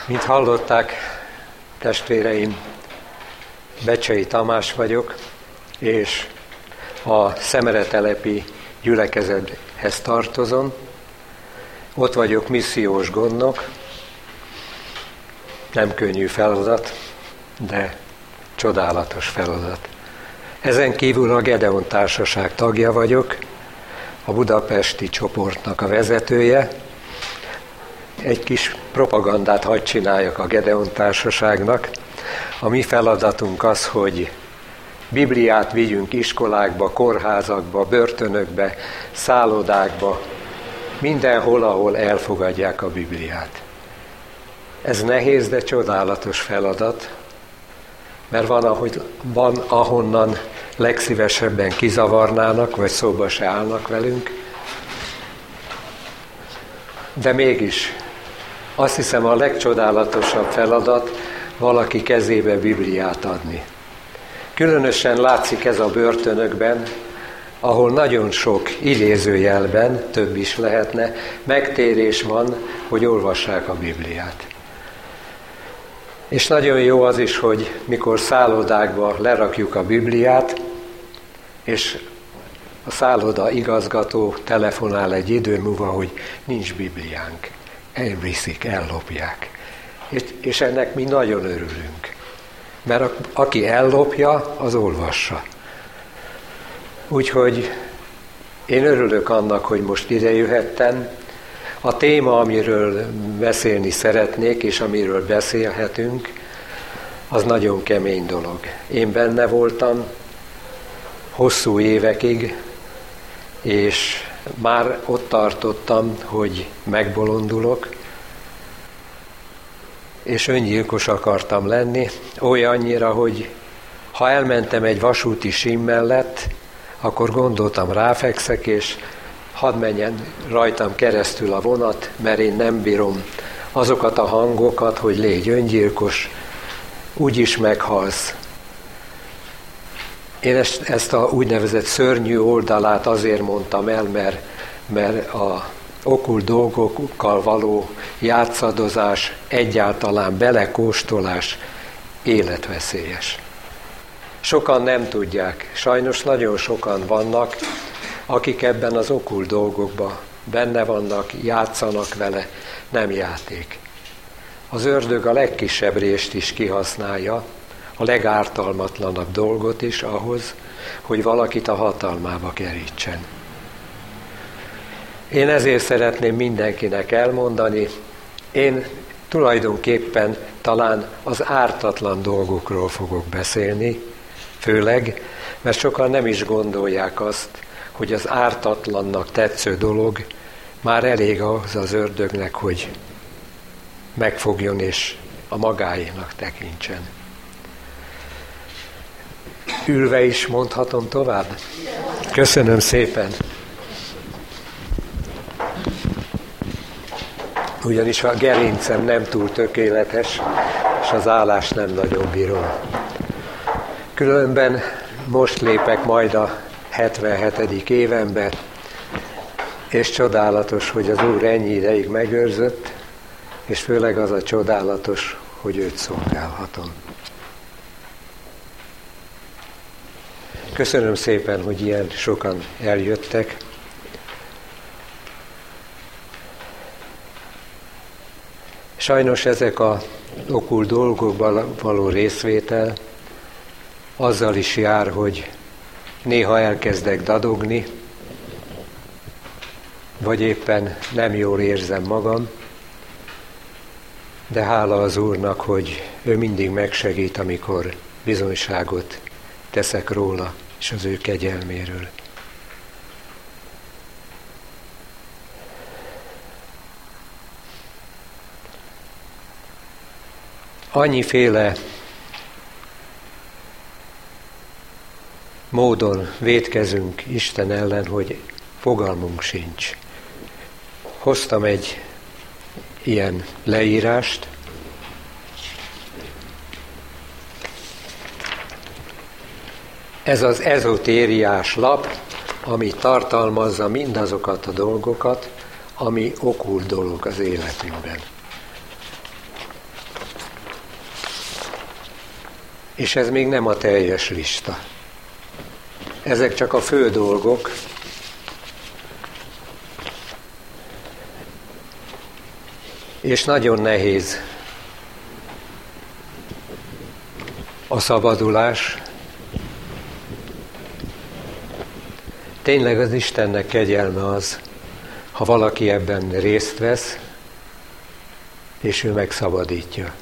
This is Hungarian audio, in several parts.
Mint hallották, testvéreim, Becsei Tamás vagyok, és a Szemeretelepi gyülekezethez tartozom. Ott vagyok missziós gondnok, nem könnyű feladat, de csodálatos feladat. Ezen kívül a Gedeon Társaság tagja vagyok, a budapesti csoportnak a vezetője. Egy kis propagandát hadd csináljak a Gedeon Társaságnak. A mi feladatunk az, hogy Bibliát vigyünk iskolákba, kórházakba, börtönökbe, szállodákba, mindenhol, ahol elfogadják a Bibliát. Ez nehéz, de csodálatos feladat, mert van, ahonnan legszívesebben kizavarnának, vagy szóba se állnak velünk, de mégis azt hiszem a legcsodálatosabb feladat valaki kezébe Bibliát adni. Különösen látszik ez a börtönökben, ahol nagyon sok idézőjelben, több is lehetne, megtérés van, hogy olvassák a Bibliát. És nagyon jó az is, hogy mikor szállodákba lerakjuk a Bibliát, és a szálloda igazgató telefonál egy idő múlva, hogy nincs Bibliánk. Elviszik, ellopják. És ennek mi nagyon örülünk. Mert aki ellopja, az olvassa. Úgyhogy én örülök annak, hogy most ide jöhettem. A téma, amiről beszélni szeretnék, és amiről beszélhetünk, az nagyon kemény dolog. Én benne voltam hosszú évekig, és már ott tartottam, hogy megbolondulok, és öngyilkos akartam lenni, olyannyira, hogy ha elmentem egy vasúti sím mellett, akkor gondoltam, ráfekszek, és hadd menjen rajtam keresztül a vonat, mert én nem bírom azokat a hangokat, hogy légy öngyilkos, úgyis meghalsz. Én ezt a úgynevezett szörnyű oldalát azért mondtam el, mert a okkult dolgokkal való játszadozás, egyáltalán belekóstolás életveszélyes. Sokan nem tudják, sajnos nagyon sokan vannak, akik ebben az okkult dolgokban benne vannak, játszanak vele, nem játék. Az ördög a legkisebb részt is kihasználja, a legártalmatlanabb dolgot is ahhoz, hogy valakit a hatalmába kerítsen. Én ezért szeretném mindenkinek elmondani, én tulajdonképpen talán az ártatlan dolgokról fogok beszélni, főleg, mert sokan nem is gondolják azt, hogy az ártatlannak tetsző dolog már elég az ördögnek, hogy megfogjon és a magáénak tekintsen. Ülve is mondhatom tovább? Köszönöm szépen! Ugyanis a gerincem nem túl tökéletes, és az állást nem nagyon bírom. Különben most lépek majd a 77. évembe, és csodálatos, hogy az Úr ennyi ideig megőrzött, és főleg az a csodálatos, hogy őt szolgálhatom. Köszönöm szépen, hogy ilyen sokan eljöttek. Sajnos ezek a okkult dolgokban való részvétel azzal is jár, hogy néha elkezdek dadogni, vagy éppen nem jól érzem magam, de hála az Úrnak, hogy ő mindig megsegít, amikor bizonyságot teszek róla és az ő kegyelméről. Annyiféle módon vétkezünk Isten ellen, hogy fogalmunk sincs. Hoztam egy ilyen leírást. Ez az ezotériás lap, ami tartalmazza mindazokat a dolgokat, ami okkult dolog az életünkben. És ez még nem a teljes lista. Ezek csak a fő dolgok. És nagyon nehéz a szabadulás. Tényleg az Istennek kegyelme az, ha valaki ebben részt vesz, és ő megszabadítja.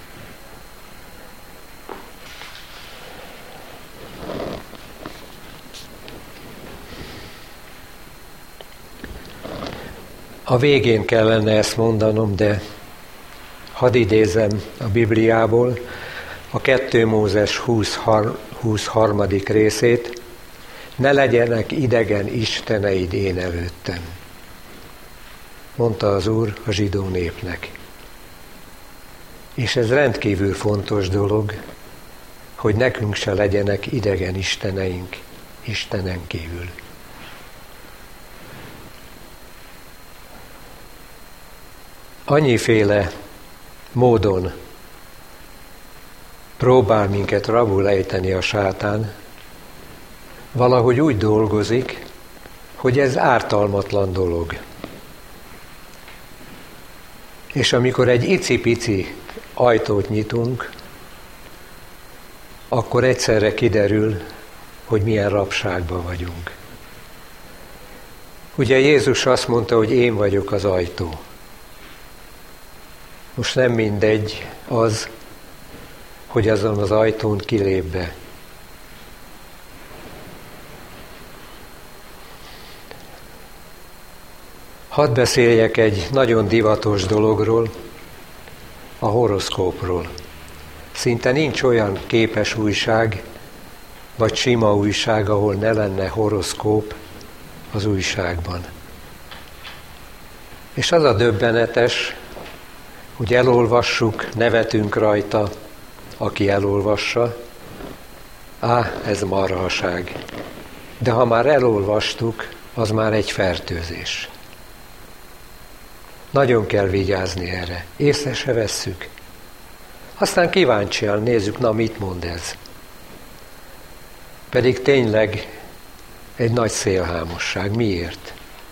A végén kellene ezt mondanom, de hadd idézem a Bibliából a 2 Mózes 23. részét, ne legyenek idegen isteneid én előttem, mondta az Úr a zsidó népnek. És ez rendkívül fontos dolog, hogy nekünk se legyenek idegen isteneink Istenen kívül. Annyiféle módon próbál minket rabul ejteni a sátán, valahogy úgy dolgozik, hogy ez ártalmatlan dolog. És amikor egy icipici ajtót nyitunk, akkor egyszerre kiderül, hogy milyen rabságban vagyunk. Ugye Jézus azt mondta, hogy én vagyok az ajtó. Most nem mindegy az, hogy azon az ajtón kilép be. Hadd beszéljek egy nagyon divatos dologról, a horoszkópról. Szinte nincs olyan képes újság, vagy sima újság, ahol ne lenne horoszkóp az újságban. És az a döbbenetes, hogy elolvassuk, nevetünk rajta, aki elolvassa, ez marhaság. De ha már elolvastuk, az már egy fertőzés. Nagyon kell vigyázni erre. Észre se vesszük. Aztán kíváncsian nézzük, na mit mond ez. Pedig tényleg egy nagy szélhámosság. Miért?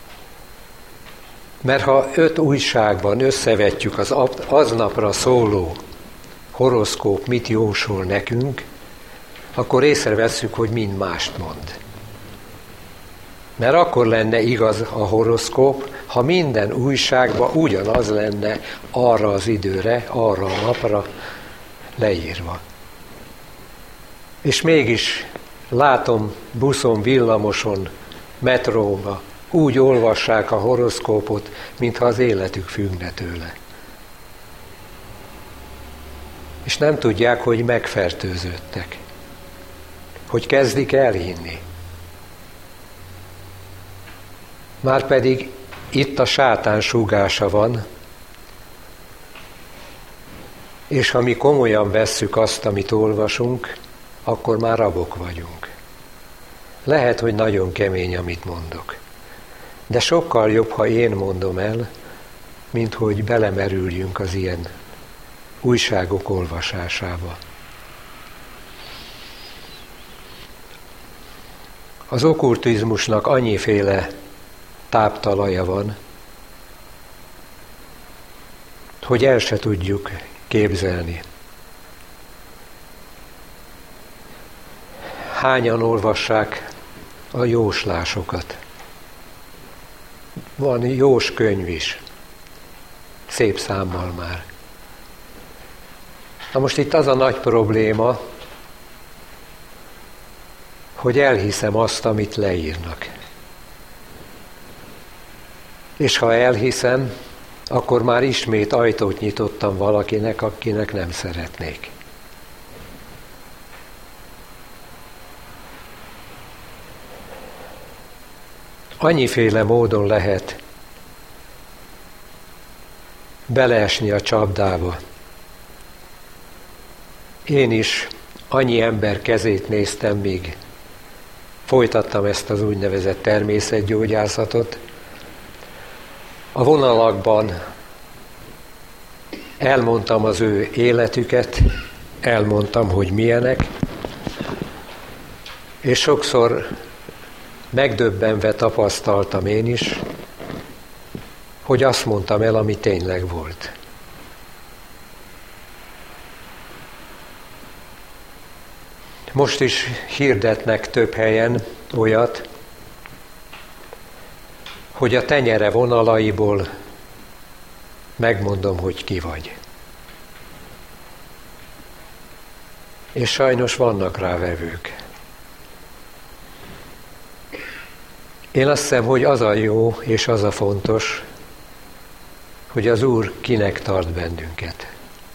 Mert ha 5 újságban összevetjük az aznapra szóló horoszkóp mit jósol nekünk, akkor észrevesszük, hogy mind mást mond. Mert akkor lenne igaz a horoszkóp, ha minden újságban ugyanaz lenne arra az időre, arra a napra leírva. És mégis látom buszon, villamoson, metróba, úgy olvassák a horoszkópot, mintha az életük függne tőle. És nem tudják, hogy megfertőződtek, hogy kezdik elhinni. Márpedig itt a sátán súgása van, és ha mi komolyan vesszük azt, amit olvasunk, akkor már rabok vagyunk. Lehet, hogy nagyon kemény, amit mondok. De sokkal jobb, ha én mondom el, mint hogy belemerüljünk az ilyen újságok olvasásába. Az okkultizmusnak annyiféle táptalaja van, hogy el se tudjuk képzelni. Hányan olvassák a jóslásokat? Van jós könyv is, szép számmal már. Na most itt az a nagy probléma, hogy elhiszem azt, amit leírnak. És ha elhiszem, akkor már ismét ajtót nyitottam valakinek, akinek nem szeretnék. Annyiféle módon lehet beleesni a csapdába. Én is annyi ember kezét néztem, míg folytattam ezt az úgynevezett természetgyógyászatot. A vonalakban elmondtam az ő életüket, elmondtam, hogy milyenek, És sokszor megdöbbenve tapasztaltam én is, hogy azt mondtam el, ami tényleg volt. Most is hirdetnek több helyen olyat, hogy a tenyere vonalaiból megmondom, hogy ki vagy. És sajnos vannak rá vevők. Én azt hiszem, hogy az a jó és az a fontos, hogy az Úr kinek tart bennünket.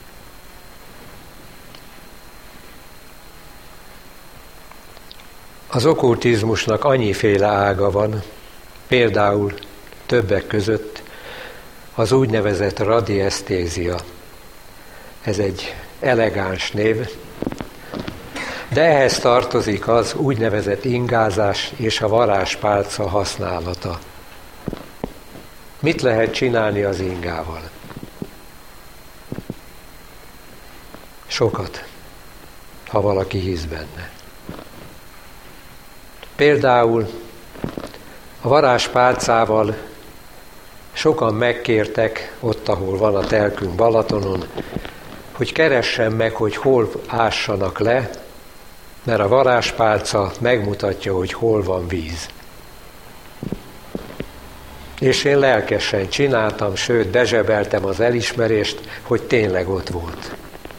Az okkultizmusnak annyiféle ága van, például többek között az úgynevezett radiesztézia. Ez egy elegáns név, de ehhez tartozik az úgynevezett ingázás és a varázspálca használata. Mit lehet csinálni az ingával? Sokat, ha valaki hisz benne. Például a varázspálcával sokan megkértek, ott, ahol van a telkünk Balatonon, hogy keressem meg, hogy hol ássanak le, mert a varázspálca megmutatja, hogy hol van víz. És én lelkesen csináltam, sőt, bezsebeltem az elismerést, hogy tényleg ott volt.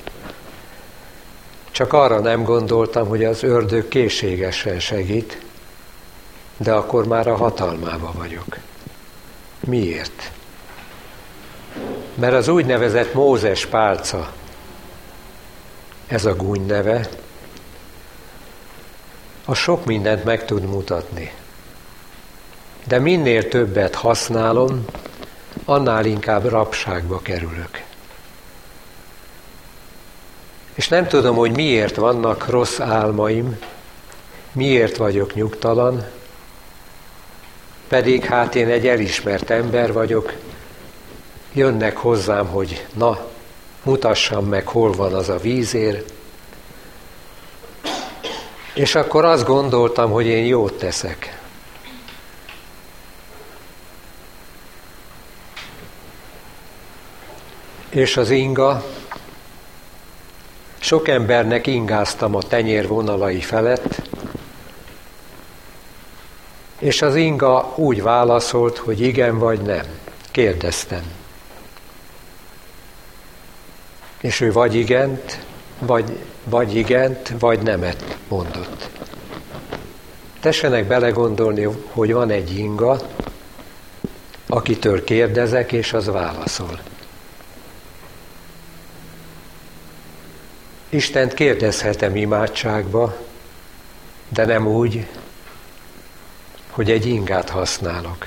Csak arra nem gondoltam, hogy az ördög készségesen segít, de akkor már a hatalmába vagyok. Miért? Mert az úgynevezett Mózes pálca, ez a gúny neve, a sok mindent meg tud mutatni. De minél többet használom, annál inkább rabságba kerülök. És nem tudom, hogy miért vannak rossz álmaim, miért vagyok nyugtalan, pedig hát én egy elismert ember vagyok, jönnek hozzám, hogy na, mutassam meg, hol van az a vízér, és akkor azt gondoltam, hogy én jót teszek. És az inga, sok embernek ingáztam a tenyér vonalai felett, és az inga úgy válaszolt, hogy igen vagy nem. Kérdeztem. És ő vagy igent, vagy nemet mondott. Tessenek belegondolni, hogy van egy inga, akitől kérdezek, és az válaszol. Istent kérdezhetem imádságba, de nem úgy, hogy egy ingát használok.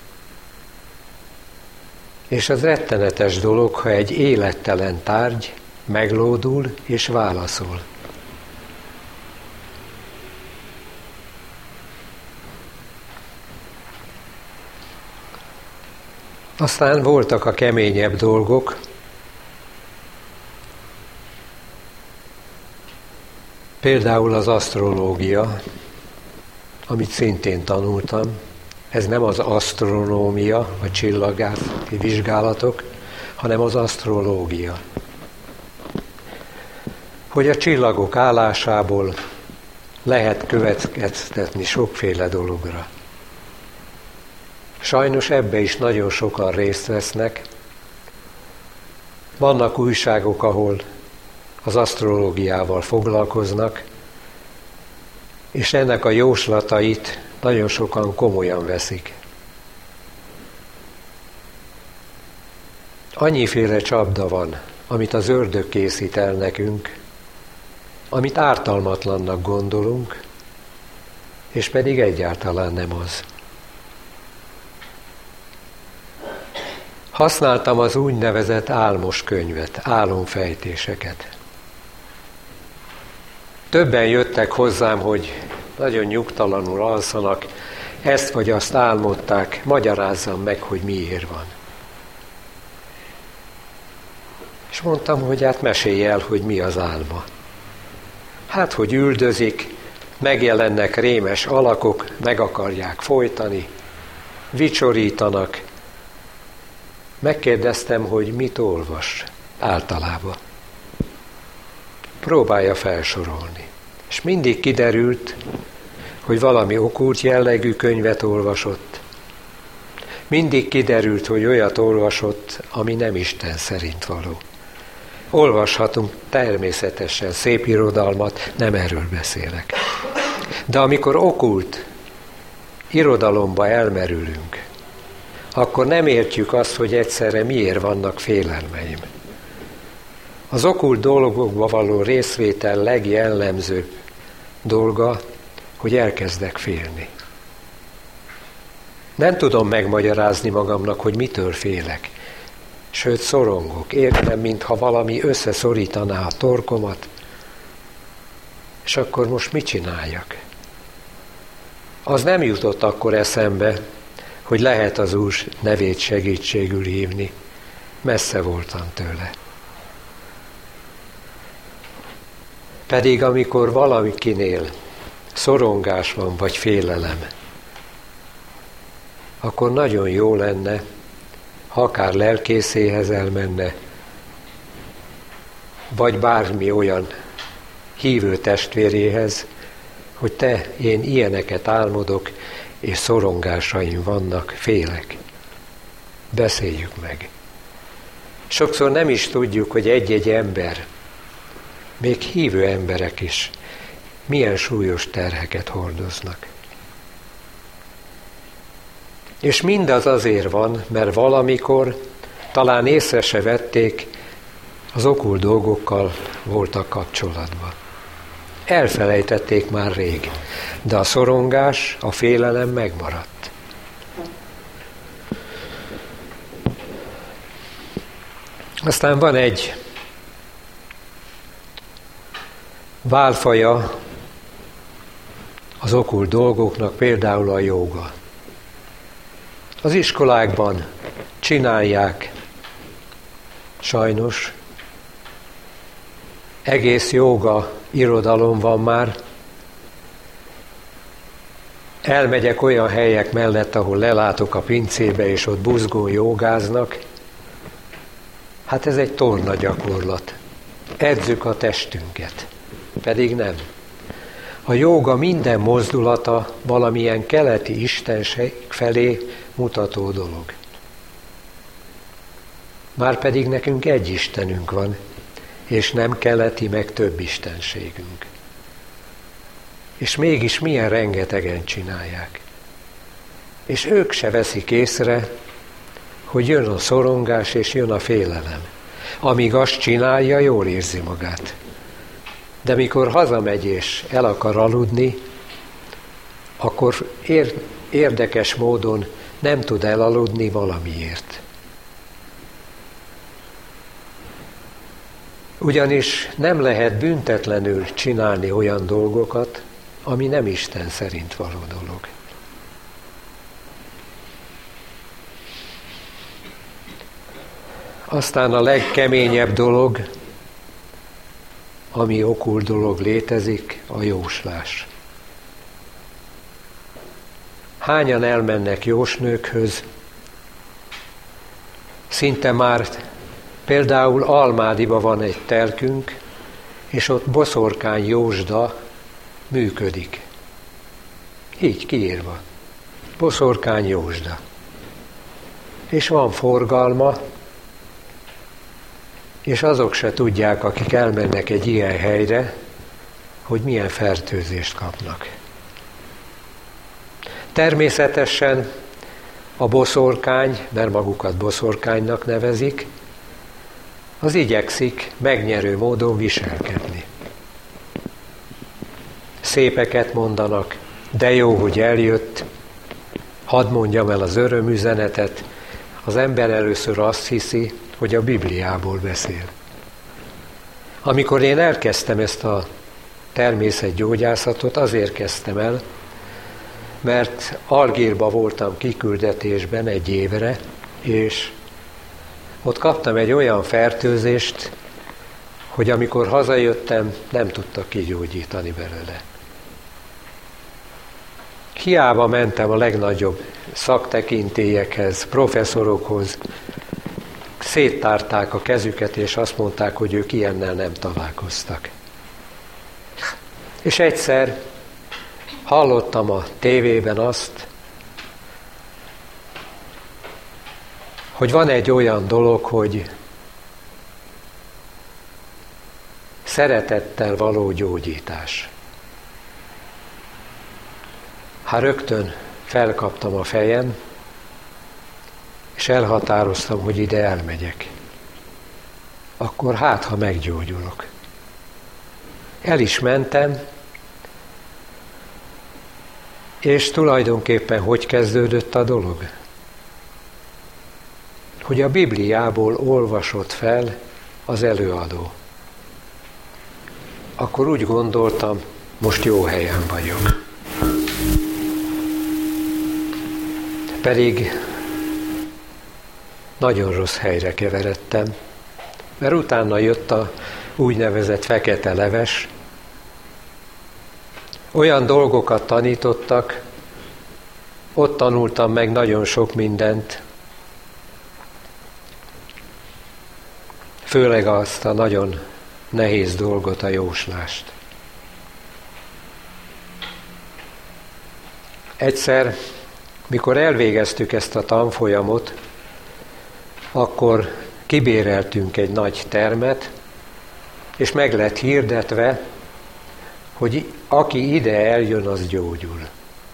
És az rettenetes dolog, ha egy élettelen tárgy meglódul és válaszol. Aztán voltak a keményebb dolgok, például az asztrológia, amit szintén tanultam. Ez nem az asztronómia, a csillagászati vizsgálatok, hanem az asztrológia. Hogy a csillagok állásából lehet következtetni sokféle dologra. Sajnos ebbe is nagyon sokan részt vesznek. Vannak újságok, ahol az asztrológiával foglalkoznak, és ennek a jóslatait nagyon sokan komolyan veszik. Annyiféle csapda van, amit az ördög készít el nekünk, amit ártalmatlannak gondolunk, és pedig egyáltalán nem az. Használtam az úgynevezett álmos könyvet, álomfejtéseket. Többen jöttek hozzám, hogy nagyon nyugtalanul alszanak, ezt vagy azt álmodták, magyarázzam meg, hogy miért van. És mondtam, hogy hát mesélj el, hogy mi az álma. Hát, hogy üldözik, megjelennek rémes alakok, meg akarják folytani, vicsorítanak. Megkérdeztem, hogy mit olvas általában. Próbálja felsorolni. És mindig kiderült, hogy valami okkult jellegű könyvet olvasott. Mindig kiderült, hogy olyat olvasott, ami nem Isten szerint való. Olvashatunk természetesen szép irodalmat, nem erről beszélek. De amikor okkult irodalomba elmerülünk, akkor nem értjük azt, hogy egyszerre miért vannak félelmeim. Az okkult dolgokba való részvétel legjellemzőbb dolga, hogy elkezdek félni. Nem tudom megmagyarázni magamnak, hogy mitől félek. Sőt, szorongok. Értem, mintha valami összeszorítaná a torkomat. És akkor most mit csináljak? Az nem jutott akkor eszembe, hogy lehet az Úr nevét segítségül hívni. Messze voltam tőle. Pedig amikor valakinél szorongás van, vagy félelem, akkor nagyon jó lenne, ha akár lelkészéhez elmenne, vagy bármi olyan hívő testvéréhez, hogy én ilyeneket álmodok, és szorongásaim vannak, félek. Beszéljük meg. Sokszor nem is tudjuk, hogy egy-egy ember, még hívő emberek is, milyen súlyos terheket hordoznak. És mindaz azért van, mert valamikor talán észre se vették, az okkult dolgokkal voltak kapcsolatban. Elfelejtették már rég, de a szorongás, a félelem megmaradt. Aztán van egy válfaja az okkult dolgoknak, például a jóga. Az iskolákban csinálják, sajnos, egész jóga irodalom van már. Elmegyek olyan helyek mellett, ahol lelátok a pincébe, és ott buzgón jogáznak. Hát ez egy torna gyakorlat. Edzük a testünket. Pedig nem. A jóga minden mozdulata valamilyen keleti istenség felé mutató dolog. Márpedig nekünk egy Istenünk van, és nem keleti, meg több istenségünk. És mégis milyen rengetegen csinálják. És ők se veszik észre, hogy jön a szorongás, és jön a félelem. Amíg azt csinálja, jól érzi magát. De mikor hazamegy és el akar aludni, akkor érdekes módon nem tud elaludni valamiért. Ugyanis nem lehet büntetlenül csinálni olyan dolgokat, ami nem Isten szerint való dolog. Aztán a legkeményebb dolog, ami okkult dolog létezik, a jóslás. Hányan elmennek jósnőkhöz, szinte már például Almádiba van egy telkünk, és ott Boszorkány Jósda működik. Így kiírva. Boszorkány Jósda. És van forgalma, és azok se tudják, akik elmennek egy ilyen helyre, hogy milyen fertőzést kapnak. Természetesen a boszorkány, mert magukat boszorkánynak nevezik, az igyekszik megnyerő módon viselkedni. Szépeket mondanak, de jó, hogy eljött, hadd mondjam el az örömüzenetet, az ember először azt hiszi, hogy a Bibliából beszél. Amikor én elkezdtem ezt a természetgyógyászatot, azért kezdtem el, mert Algírba voltam kiküldetésben egy évre, és ott kaptam egy olyan fertőzést, hogy amikor hazajöttem, nem tudtak kigyógyítani belőle. Hiába mentem a legnagyobb szaktekintélyekhez, professzorokhoz, széttárták a kezüket, és azt mondták, hogy ők ilyennel nem találkoztak. És egyszer hallottam a tévében azt, hogy van egy olyan dolog, hogy szeretettel való gyógyítás. Rögtön felkaptam a fejem, és elhatároztam, hogy ide elmegyek. Akkor ha meggyógyulok. El is mentem, és tulajdonképpen hogy kezdődött a dolog? Hogy a Bibliából olvasott fel az előadó. Akkor úgy gondoltam, most jó helyen vagyok. Pedig nagyon rossz helyre keveredtem, mert utána jött a úgynevezett fekete leves. Olyan dolgokat tanítottak, ott tanultam meg nagyon sok mindent, főleg azt a nagyon nehéz dolgot, a jóslást. Egyszer, mikor elvégeztük ezt a tanfolyamot, akkor kibéreltünk egy nagy termet, és meg lett hirdetve, hogy aki ide eljön, az gyógyul.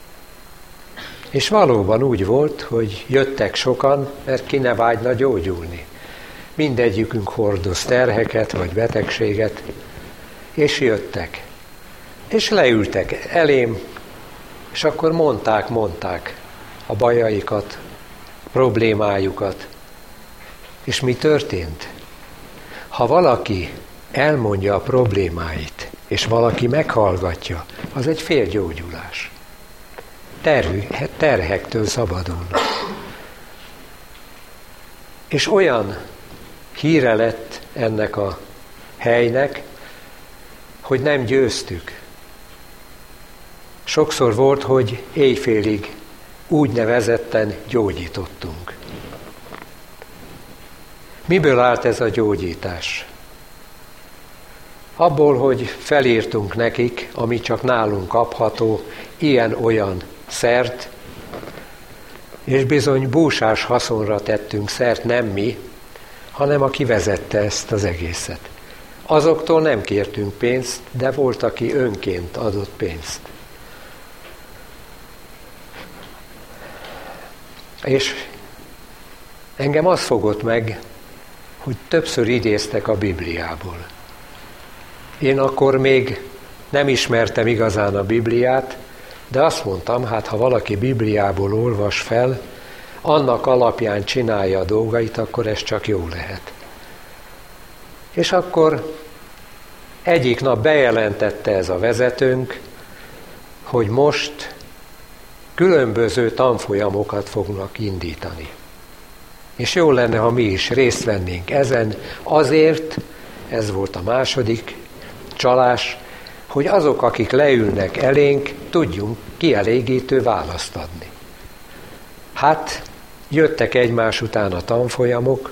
És valóban úgy volt, hogy jöttek sokan, mert ki ne vágyna gyógyulni. Mindegyikünk hordoz terheket vagy betegséget, és jöttek. És leültek elém, és akkor mondták a bajaikat, problémájukat. És mi történt? Ha valaki elmondja a problémáit, és valaki meghallgatja, az egy félgyógyulás. Terhektől szabadulnak. És olyan híre lett ennek a helynek, hogy nem győztük. Sokszor volt, hogy éjfélig úgynevezetten gyógyítottunk. Miből állt ez a gyógyítás? Abból, hogy felírtunk nekik, ami csak nálunk kapható, ilyen-olyan szert, és bizony búsás haszonra tettünk szert, nem mi, hanem aki vezette ezt az egészet. Azoktól nem kértünk pénzt, de volt, aki önként adott pénzt. És engem az fogott meg, hogy többször idéztek a Bibliából. Én akkor még nem ismertem igazán a Bibliát, de azt mondtam, ha valaki Bibliából olvas fel, annak alapján csinálja a dolgait, akkor ez csak jó lehet. És akkor egyik nap bejelentette ez a vezetőnk, hogy most különböző tanfolyamokat fognak indítani. És jó lenne, ha mi is részt vennénk ezen, azért, ez volt a második csalás, hogy azok, akik leülnek elénk, tudjunk kielégítő választ adni. Jöttek egymás után a tanfolyamok,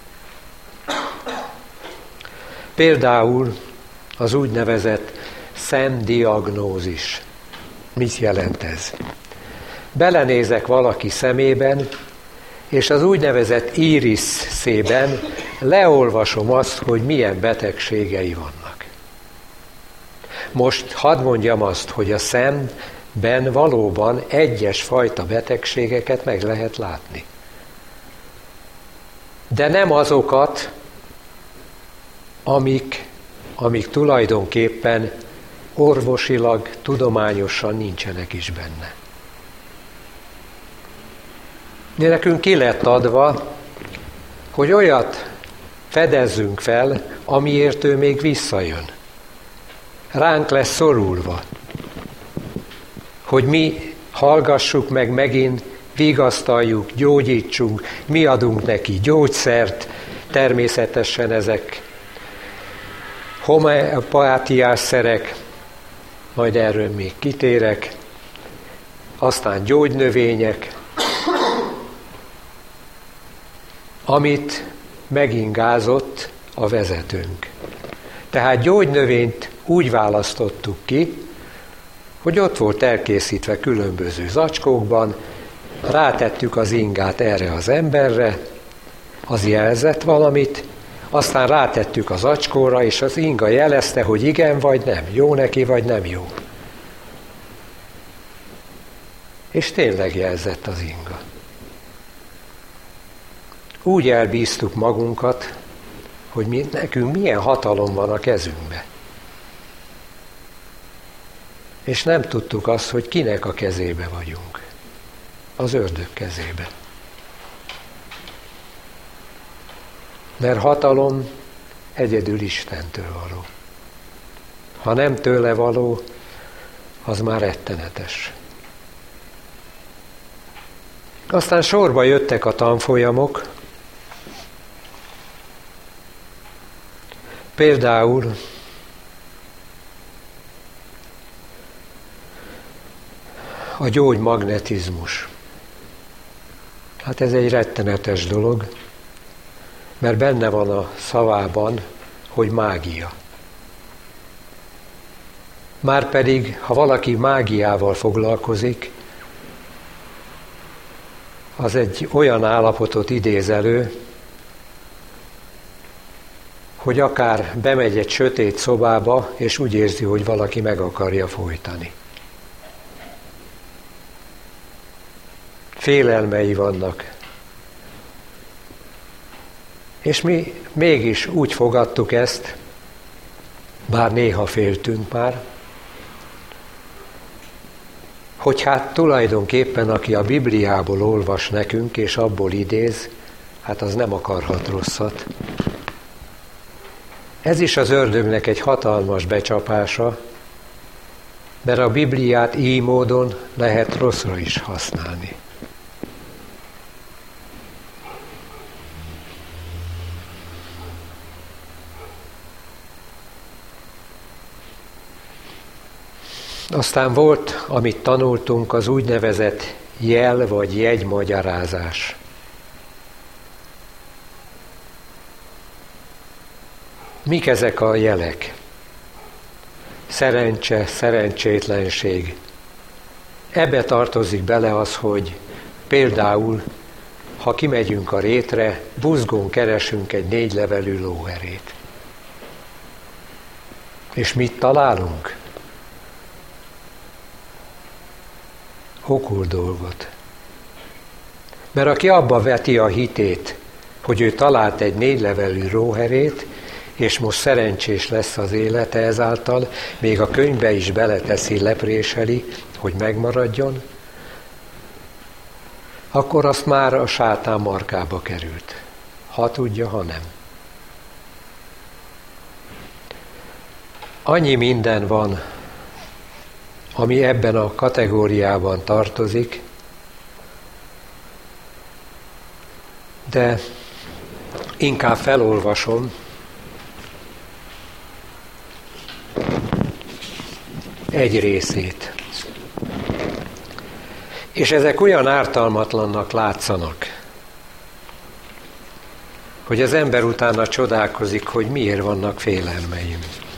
például az úgynevezett szemdiagnózis. Mit jelent ez? Belenézek valaki szemében, és az úgynevezett íriszében leolvasom azt, hogy milyen betegségei vannak. Most hadd mondjam azt, hogy a szemben valóban egyes fajta betegségeket meg lehet látni. De nem azokat, amik tulajdonképpen orvosilag, tudományosan nincsenek is benne. De nekünk ki lett adva, hogy olyat fedezzünk fel, amiért ő még visszajön. Ránk lesz szorulva, hogy mi hallgassuk meg megint, vigasztaljuk, gyógyítsunk, mi adunk neki gyógyszert, természetesen ezek homeopátiás szerek, majd erről még kitérek, aztán gyógynövények, amit megingázott a vezetőnk. Tehát gyógynövényt úgy választottuk ki, hogy ott volt elkészítve különböző zacskókban, rátettük az ingát erre az emberre, az jelzett valamit, aztán rátettük a zacskóra, és az inga jelezte, hogy igen vagy nem, jó neki vagy nem jó. És tényleg jelzett az inga. Úgy elbíztuk magunkat, hogy nekünk milyen hatalom van a kezünkbe. És nem tudtuk azt, hogy kinek a kezébe vagyunk. Az ördög kezébe. Mert hatalom egyedül Istentől való. Ha nem tőle való, az már rettenetes. Aztán sorba jöttek a tanfolyamok, például a gyógymagnetizmus. Hát ez egy rettenetes dolog, mert benne van a szavában, hogy mágia. Márpedig, ha valaki mágiával foglalkozik, az egy olyan állapotot idéz elő, hogy akár bemegy egy sötét szobába, és úgy érzi, hogy valaki meg akarja fojtani. Félelmei vannak. És mi mégis úgy fogadtuk ezt, bár néha féltünk már, hogy hát tulajdonképpen aki a Bibliából olvas nekünk, és abból idéz, hát az nem akarhat rosszat. Ez is az ördögnek egy hatalmas becsapása, mert a Bibliát így módon lehet rosszra is használni. Aztán volt, amit tanultunk, az úgynevezett jel vagy jegymagyarázás. Mik ezek a jelek? Szerencse, szerencsétlenség. Ebbe tartozik bele az, hogy például, ha kimegyünk a rétre, buzgón keresünk egy 4 levelű lóerét. És mit találunk? Okul dolgot. Mert aki abba veti a hitét, hogy ő talált egy 4 levelű lóherét, és most szerencsés lesz az élete ezáltal, még a könyvbe is beleteszi, lepréseli, hogy megmaradjon, akkor azt már a sátán markába került. Ha tudja, ha nem. Annyi minden van, ami ebben a kategóriában tartozik, de inkább felolvasom egy részét. És ezek olyan ártalmatlannak látszanak, hogy az ember utána csodálkozik, hogy miért vannak félelmeim.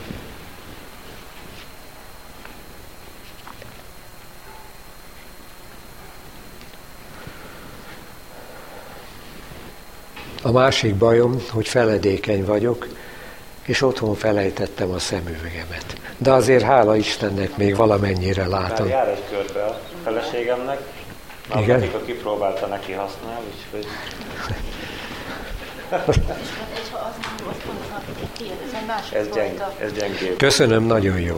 A másik bajom, hogy feledékeny vagyok, és otthon felejtettem a szemüvegemet. De azért hála Istennek még valamennyire látom. Jár egy körbe a feleségemnek, amikor kipróbálta neki használni, úgyhogy... Ez gyengébb. Köszönöm, nagyon jó.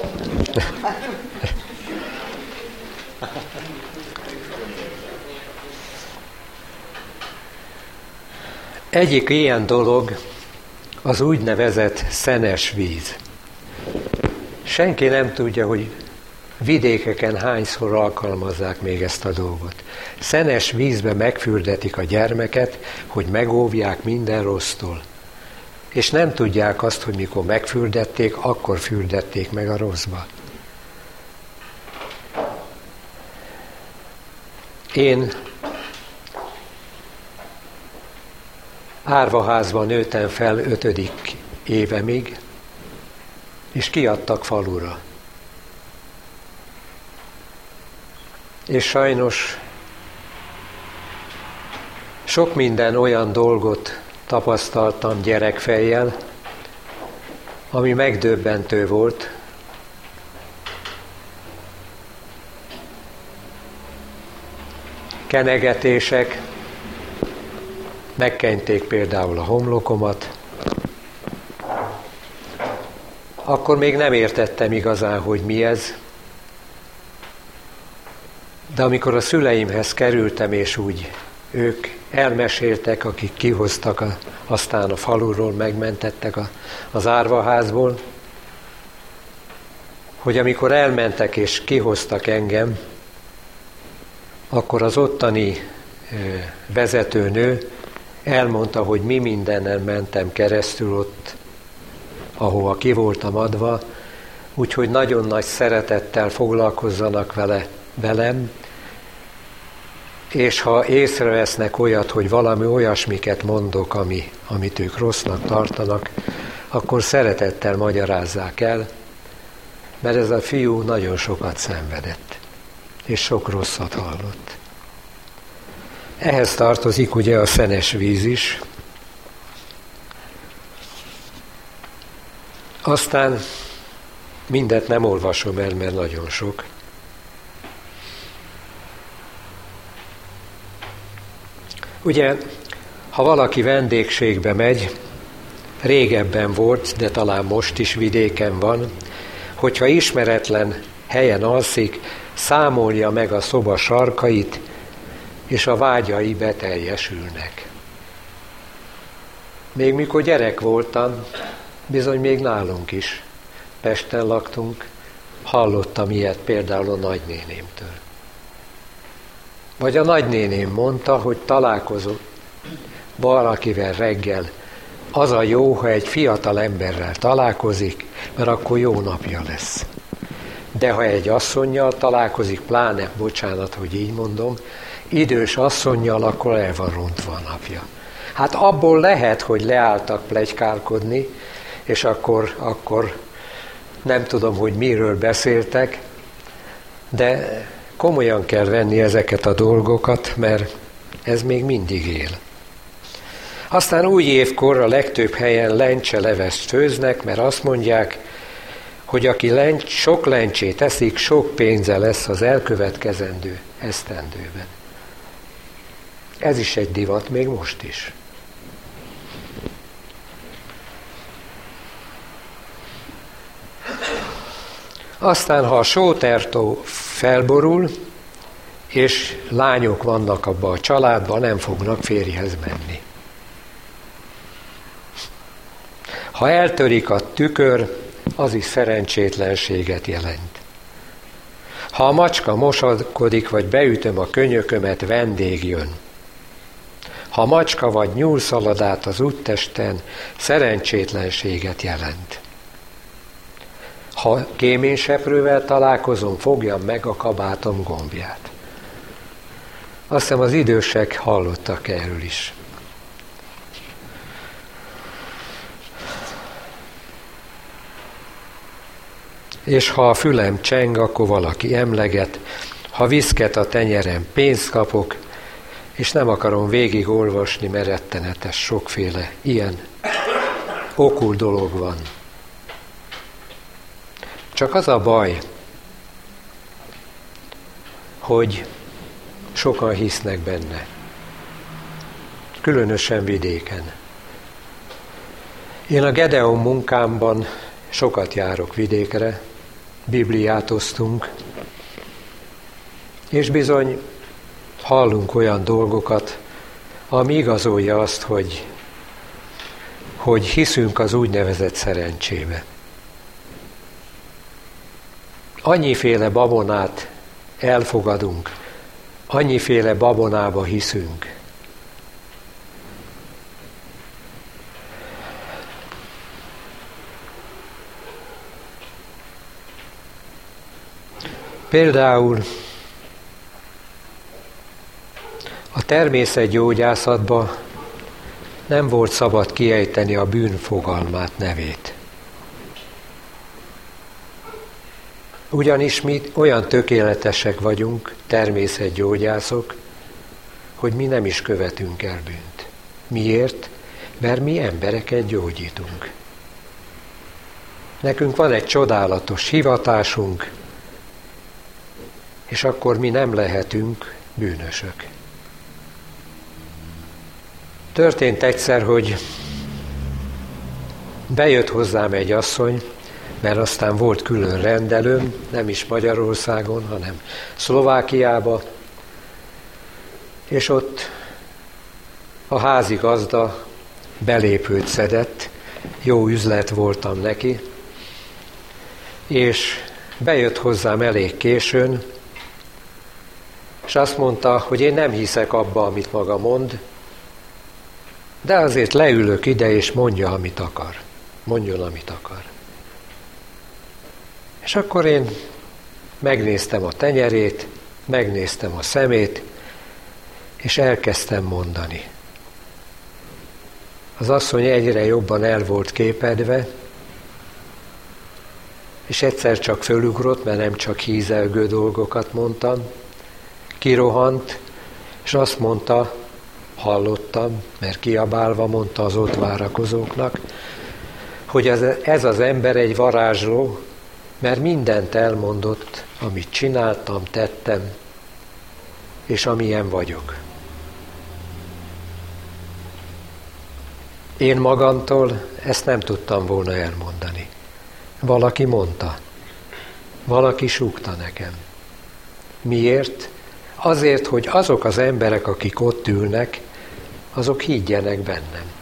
Egyik ilyen dolog az úgynevezett szenes víz. Senki nem tudja, hogy vidékeken hányszor alkalmazzák még ezt a dolgot. Szenes vízbe megfürdetik a gyermeket, hogy megóvják minden rossztól. És nem tudják azt, hogy mikor megfürdették, akkor fürdették meg a rosszba. Én árvaházban nőttem fel 5. évemig, és kiadtak falura. És sajnos sok minden olyan dolgot tapasztaltam gyerekfejjel, ami megdöbbentő volt. Kenegetések, megkenték például a homlokomat. Akkor még nem értettem igazán, hogy mi ez. De amikor a szüleimhez kerültem, és úgy ők elmeséltek, akik kihoztak aztán a faluról, megmentettek az árvaházból, hogy amikor elmentek és kihoztak engem, akkor az ottani vezetőnő elmondta, hogy mi mindenen mentem keresztül ott, ahova ki voltam adva, úgyhogy nagyon nagy szeretettel foglalkozzanak velem, és ha észrevesznek olyat, hogy valami olyasmiket mondok, amit ők rossznak tartanak, akkor szeretettel magyarázzák el, mert ez a fiú nagyon sokat szenvedett, és sok rosszat hallott. Ehhez tartozik ugye a szenes víz is. Aztán mindet nem olvasom el, mert nagyon sok. Ugye, ha valaki vendégségbe megy, régebben volt, de talán most is vidéken van, hogyha ismeretlen helyen alszik, számolja meg a szoba sarkait, és a vágyai beteljesülnek. Még mikor gyerek voltam, bizony még nálunk is, Pesten laktunk, hallottam ilyet például a nagynénémtől. Vagy a nagynéném mondta, hogy találkozott valakivel reggel. Az a jó, ha egy fiatal emberrel találkozik, mert akkor jó napja lesz. De ha egy asszonnyal találkozik, pláne, bocsánat, hogy így mondom, idős asszonnyal, akkor el van rontva a napja. Hát abból lehet, hogy leálltak pletykálkodni, és akkor nem tudom, hogy miről beszéltek, de komolyan kell venni ezeket a dolgokat, mert ez még mindig él. Aztán új évkor a legtöbb helyen lencselevest főznek, mert azt mondják, hogy aki sok lencsét eszik, sok pénze lesz az elkövetkezendő esztendőben. Ez is egy divat, még most is. Aztán, ha a sótertó felborul, és lányok vannak abban a családban, nem fognak férjhez menni. Ha eltörik a tükör, az is szerencsétlenséget jelent. Ha a macska mosakodik, vagy beütöm a könyökömet, vendég jön. Ha a macska vagy nyúl szalad át az úttesten, szerencsétlenséget jelent. Ha kéményseprővel találkozom, fogjam meg a kabátom gombját. Azt hiszem, az idősek hallottak erről is. És ha a fülem cseng, akkor valaki emleget, ha viszket a tenyerem, pénzt kapok, és nem akarom végigolvasni, mert rettenetes sokféle ilyen okkult dolog van. Csak az a baj, hogy sokan hisznek benne. Különösen vidéken. Én a Gedeon munkámban sokat járok vidékre, Bibliát osztunk, és bizony hallunk olyan dolgokat, ami igazolja azt, hogy hiszünk az úgynevezett szerencsébe. Annyiféle babonát elfogadunk, annyiféle babonába hiszünk. Például természetgyógyászatban nem volt szabad kiejteni a bűn fogalmát, nevét. Ugyanis mi olyan tökéletesek vagyunk, természetgyógyászok, hogy mi nem is követünk el bűnt. Miért? Mert mi embereket gyógyítunk. Nekünk van egy csodálatos hivatásunk, és akkor mi nem lehetünk bűnösök. Történt egyszer, hogy bejött hozzám egy asszony, mert aztán volt külön rendelőm, nem is Magyarországon, hanem Szlovákiába, és ott a házigazda belépőt szedett, jó üzlet voltam neki, és bejött hozzám elég későn, és azt mondta, hogy én nem hiszek abba, amit maga mond, de azért leülök ide, és mondja, amit akar. Mondjon, amit akar. És akkor én megnéztem a tenyerét, megnéztem a szemét, és elkezdtem mondani. Az asszony egyre jobban el volt képedve, és egyszer csak fölugrott, mert nem csak hízelgő dolgokat mondtam, kirohant, és azt mondta, hallottam, mert kiabálva mondta az ott várakozóknak, hogy ez az ember egy varázsló, mert mindent elmondott, amit csináltam, tettem, és amilyen vagyok. Én magamtól ezt nem tudtam volna elmondani. Valaki mondta, valaki súgta nekem. Miért? Azért, hogy azok az emberek, akik ott ülnek, azok higgyenek bennem.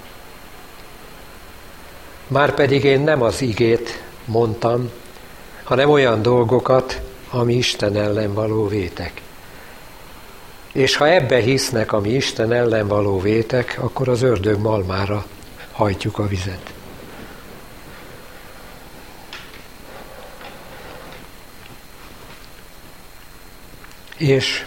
Márpedig én nem az igét mondtam, hanem olyan dolgokat, ami Isten ellen való vétek. És ha ebbe hisznek, ami Isten ellen való vétek, akkor az ördög malmára hajtjuk a vizet. És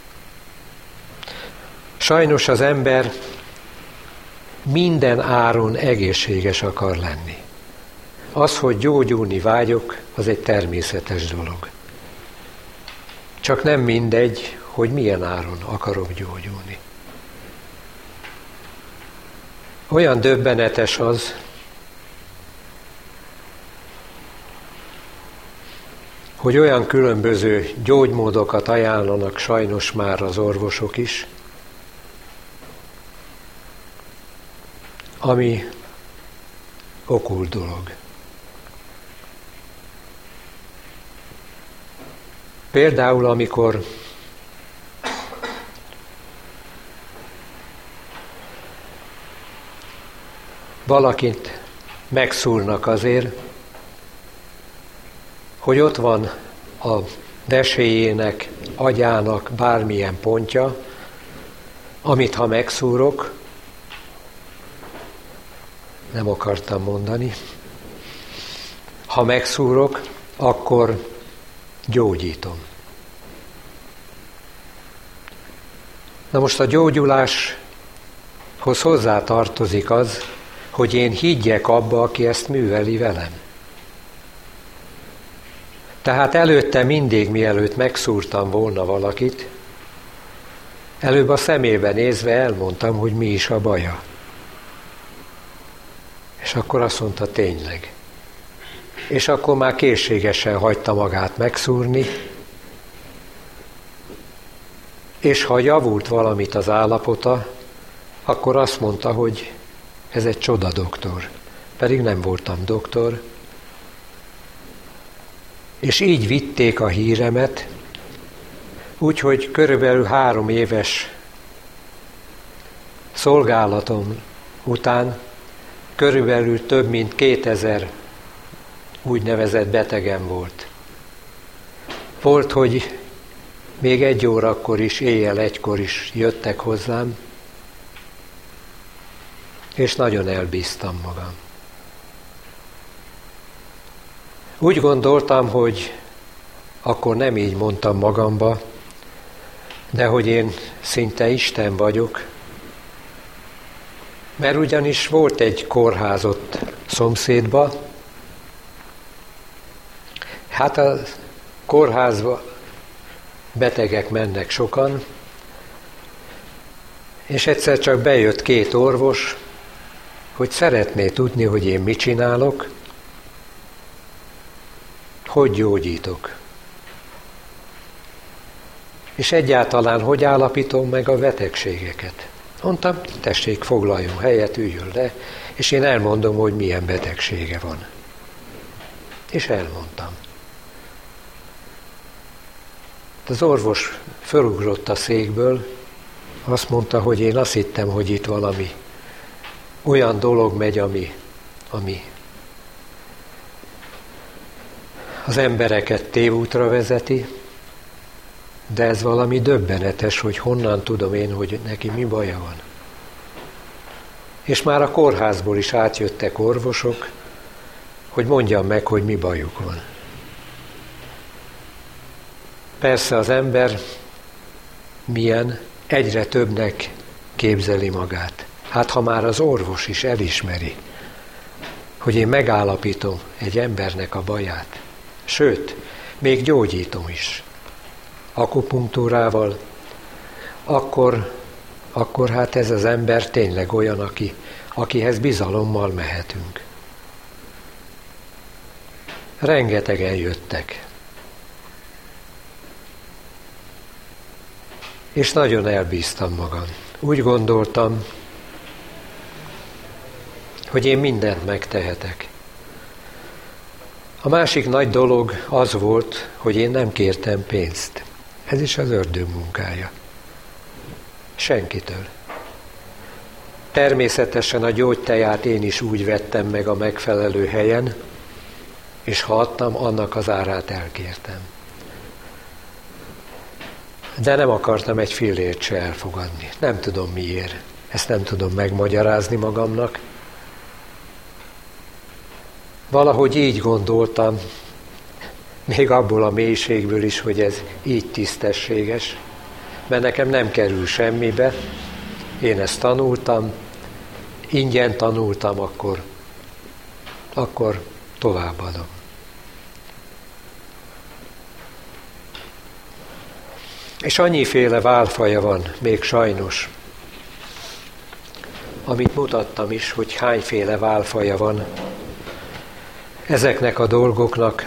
sajnos az ember minden áron egészséges akar lenni. Az, hogy gyógyulni vágyok, az egy természetes dolog. Csak nem mindegy, hogy milyen áron akarok gyógyulni. Olyan döbbenetes az, hogy olyan különböző gyógymódokat ajánlanak sajnos már az orvosok is, ami okkult dolog. Például, amikor valakit megszúrnak azért, hogy ott van a veséjének, agyának bármilyen pontja, amit ha megszúrok, nem akartam mondani, ha megszúrok, akkor gyógyítom. Na most a gyógyuláshoz hozzá tartozik az, hogy én higgyek abba, aki ezt műveli velem. Tehát előtte mindig, mielőtt megszúrtam volna valakit, előbb a szemébe nézve elmondtam, hogy mi is a baja. És akkor azt mondta, tényleg. És akkor már készségesen hagyta magát megszúrni, és ha javult valamit az állapota, akkor azt mondta, hogy ez egy csoda doktor. Pedig nem voltam doktor. És így vitték a híremet, úgyhogy körülbelül 3 éves szolgálatom után körülbelül több mint 2000 úgynevezett betegem volt. Volt, hogy még 1 órakor is, éjjel 1-kor is jöttek hozzám, és nagyon elbíztam magam. Úgy gondoltam, hogy akkor nem így mondtam magamba, de hogy én szinte Isten vagyok, mert ugyanis volt egy kórház ott szomszédba, hát a kórházba betegek mennek sokan, és egyszer csak bejött 2 orvos, hogy szeretné tudni, hogy én mit csinálok, hogy gyógyítok. És egyáltalán hogy állapítom meg a betegségeket. Mondtam, tessék, foglaljon helyet, üljön le, és én elmondom, hogy milyen betegsége van. És elmondtam. Az orvos fölugrott a székből, azt mondta, hogy én azt hittem, hogy itt valami olyan dolog megy, ami az embereket tévútra vezeti, de ez valami döbbenetes, hogy honnan tudom én, hogy neki mi baja van. És már a kórházból is átjöttek orvosok, hogy mondjam meg, hogy mi bajuk van. Persze az ember milyen, egyre többnek képzeli magát. Hát ha már az orvos is elismeri, hogy én megállapítom egy embernek a baját, sőt, még gyógyítom is, akupunktúrával, akkor hát ez az ember tényleg olyan, akihez bizalommal mehetünk. Rengetegen jöttek. És nagyon elbíztam magam. Úgy gondoltam, hogy én mindent megtehetek. A másik nagy dolog az volt, hogy én nem kértem pénzt. Ez is az ördög munkája. Senkitől. Természetesen a gyógyteját én is úgy vettem meg a megfelelő helyen, és ha adtam, annak az árát elkértem. De nem akartam egy fillért se elfogadni. Nem tudom miért. Ezt nem tudom megmagyarázni magamnak. Valahogy így gondoltam, még abból a mélységből is, hogy ez így tisztességes, mert nekem nem kerül semmibe, én ezt tanultam, ingyen tanultam, akkor továbbadom. És annyiféle válfaja van, még sajnos, amit mutattam is, hogy hányféle válfaja van ezeknek a dolgoknak.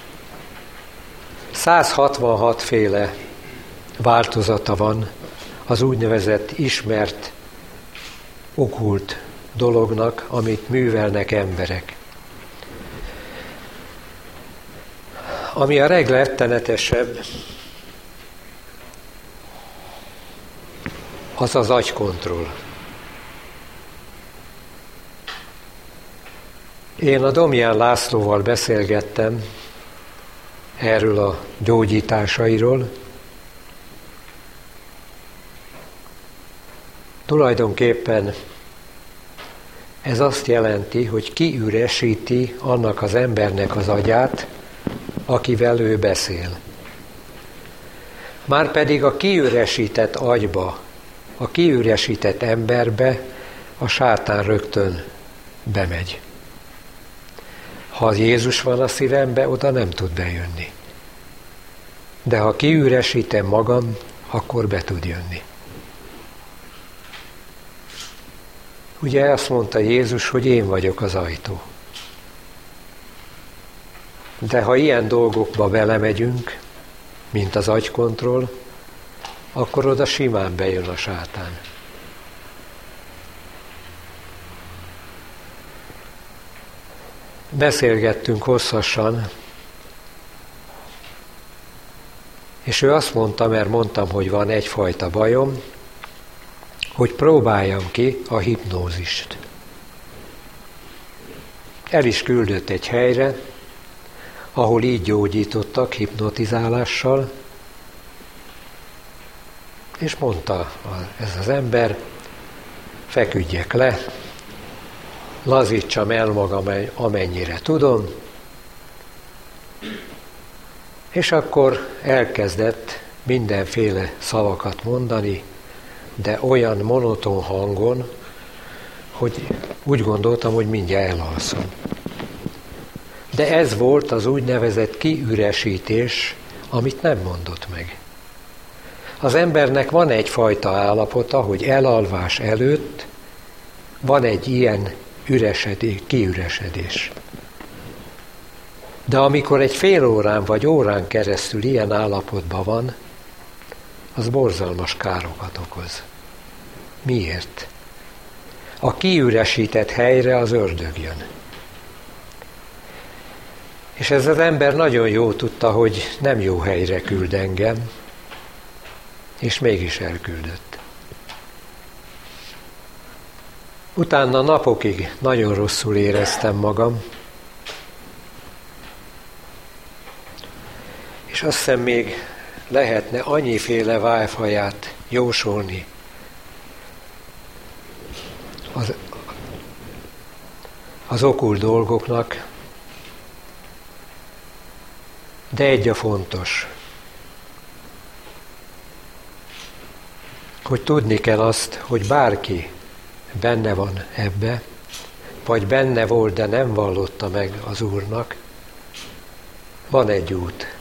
166 féle változata van az úgynevezett ismert, okkult dolognak, amit művelnek emberek. Ami a legrettenetesebb, az az agykontroll. Én a Domján Lászlóval beszélgettem erről a gyógyításairól. Tulajdonképpen ez azt jelenti, hogy kiüresíti annak az embernek az agyát, akivel ő beszél. Márpedig a kiüresített agyba, a kiüresített emberbe a sátán rögtön bemegy. Ha Jézus van a szívembe, oda nem tud bejönni. De ha kiüresítem magam, akkor be tud jönni. Ugye azt mondta Jézus, hogy én vagyok az ajtó. De ha ilyen dolgokba belemegyünk, mint az agykontroll, akkor oda simán bejön a sátán. Beszélgettünk hosszasan, és ő azt mondta, mert mondtam, hogy van egyfajta bajom, hogy próbáljam ki a hipnózist. El is küldött egy helyre, ahol így gyógyítottak hipnotizálással, és mondta ez az ember, feküdjek le, lazítsam el magam, amennyire tudom, és akkor elkezdett mindenféle szavakat mondani, de olyan monoton hangon, hogy úgy gondoltam, hogy mindjárt elalszom. De ez volt az úgynevezett kiüresítés, amit nem mondott meg. Az embernek van egyfajta állapota, hogy elalvás előtt van egy ilyen kiüresedés. De amikor egy fél órán vagy órán keresztül ilyen állapotban van, az borzalmas károkat okoz. Miért? A kiüresített helyre az ördög jön. És ez az ember nagyon jól tudta, hogy nem jó helyre küld engem, és mégis elküldött. Utána napokig nagyon rosszul éreztem magam, és azt hiszem még lehetne annyiféle válfaját jósolni az okkult dolgoknak, de egy a fontos, hogy tudni kell azt, hogy bárki benne van ebbe, vagy benne volt, de nem vallotta meg az Úrnak, van egy út,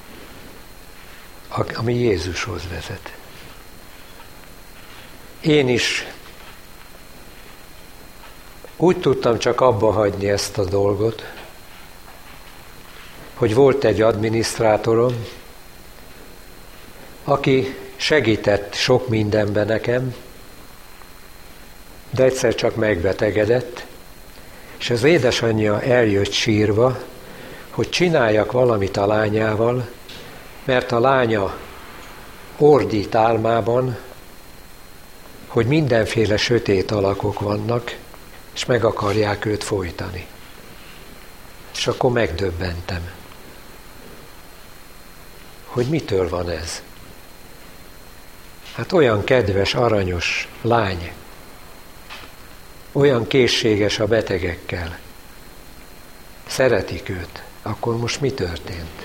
ami Jézushoz vezet. Én is úgy tudtam csak abba hagyni ezt a dolgot, hogy volt egy adminisztrátorom, aki segített sok mindenben nekem, de egyszer csak megbetegedett, és az édesanyja eljött sírva, hogy csináljak valamit a lányával, mert a lánya ordít álmában, hogy mindenféle sötét alakok vannak, és meg akarják őt folytani. És akkor megdöbbentem, hogy mitől van ez. Hát olyan kedves, aranyos lány, olyan készséges a betegekkel, szeretik őt, akkor most mi történt?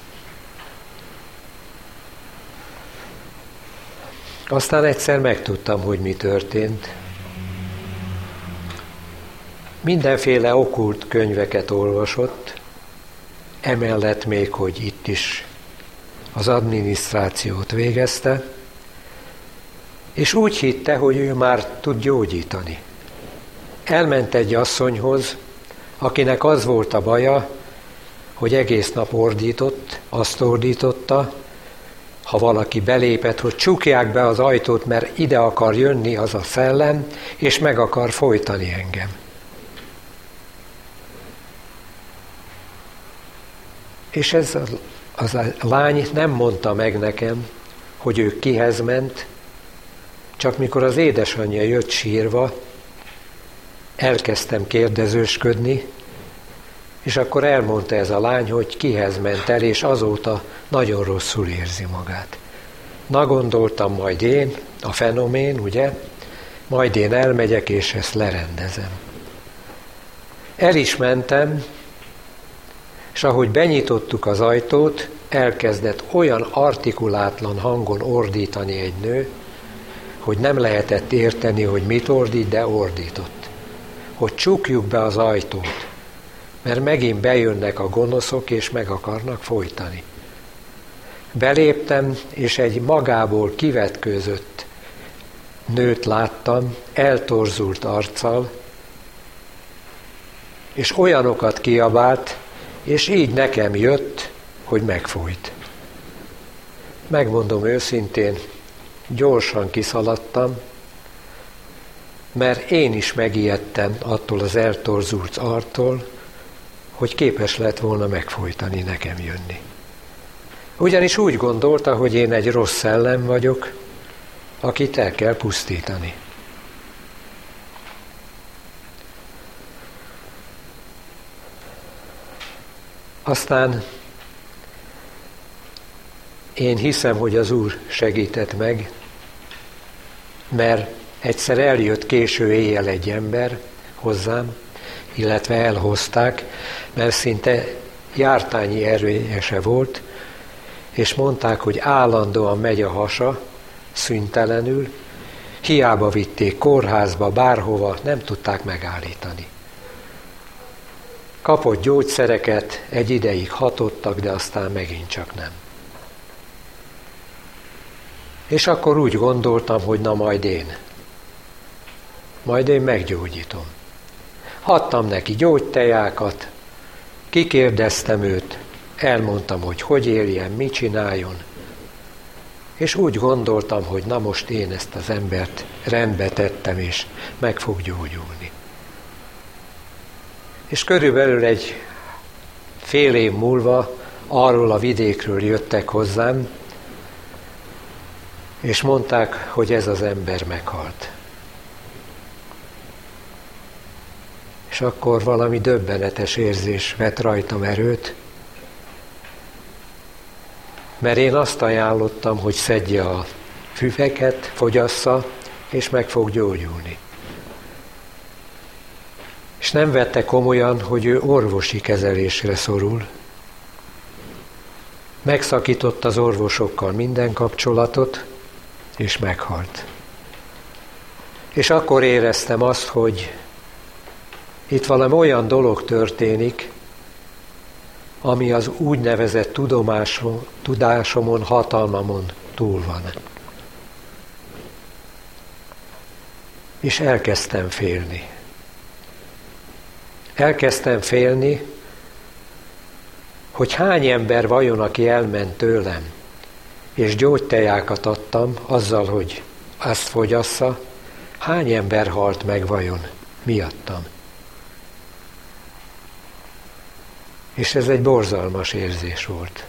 Aztán egyszer megtudtam, hogy mi történt. Mindenféle okkult könyveket olvasott, emellett még, hogy itt is az adminisztrációt végezte, és úgy hitte, hogy ő már tud gyógyítani. Elment egy asszonyhoz, akinek az volt a baja, hogy egész nap ordított, azt ordította, ha valaki belépett, hogy csukják be az ajtót, mert ide akar jönni az a szellem, és meg akar folytani engem. És ez az a lány nem mondta meg nekem, hogy ő kihez ment, csak mikor az édesanyja jött sírva, elkezdtem kérdezősködni, és akkor elmondta ez a lány, hogy kihez ment el, és azóta nagyon rosszul érzi magát. Na, gondoltam, majd én, a fenomén, ugye, majd én elmegyek, és ezt lerendezem. El is mentem, és ahogy benyitottuk az ajtót, elkezdett olyan artikulátlan hangon ordítani egy nő, hogy nem lehetett érteni, hogy mit ordít, de ordított. Hogy csukjuk be az ajtót, mert megint bejönnek a gonoszok, és meg akarnak folytani. Beléptem, és egy magából kivetkőzött nőt láttam, eltorzult arccal, és olyanokat kiabált, és így nekem jött, hogy megfújt. Megmondom őszintén, gyorsan kiszaladtam, mert én is megijedtem attól az eltorzult arctól, hogy képes lett volna megfojtani, nekem jönni. Ugyanis úgy gondolta, hogy én egy rossz szellem vagyok, akit el kell pusztítani. Aztán én hiszem, hogy az Úr segített meg, mert egyszer eljött késő éjjel egy ember hozzám, illetve elhozták, mert szinte jártányi erőse volt, és mondták, hogy állandóan megy a hasa, szüntelenül, hiába vitték kórházba, bárhova, nem tudták megállítani. Kapott gyógyszereket, egy ideig hatottak, de aztán megint csak nem. És akkor úgy gondoltam, hogy na majd én meggyógyítom. Adtam neki gyógytejákat, kikérdeztem őt, elmondtam, hogy éljen, mit csináljon, és úgy gondoltam, hogy na most én ezt az embert rendbe tettem, és meg fog gyógyulni. És körülbelül egy fél év múlva arról a vidékről jöttek hozzám, és mondták, hogy ez az ember meghalt. És akkor valami döbbenetes érzés vett rajtam erőt, mert én azt ajánlottam, hogy szedje a füveket, fogyassza, és meg fog gyógyulni. És nem vette komolyan, hogy ő orvosi kezelésre szorul. Megszakított az orvosokkal minden kapcsolatot, és meghalt. És akkor éreztem azt, hogy itt valami olyan dolog történik, ami az úgynevezett tudásomon, hatalmamon túl van. És elkezdtem félni. Elkezdtem félni, hogy hány ember vajon, aki elment tőlem, és gyógytejákat adtam azzal, hogy azt fogyassza, hány ember halt meg vajon miattam. És ez egy borzalmas érzés volt.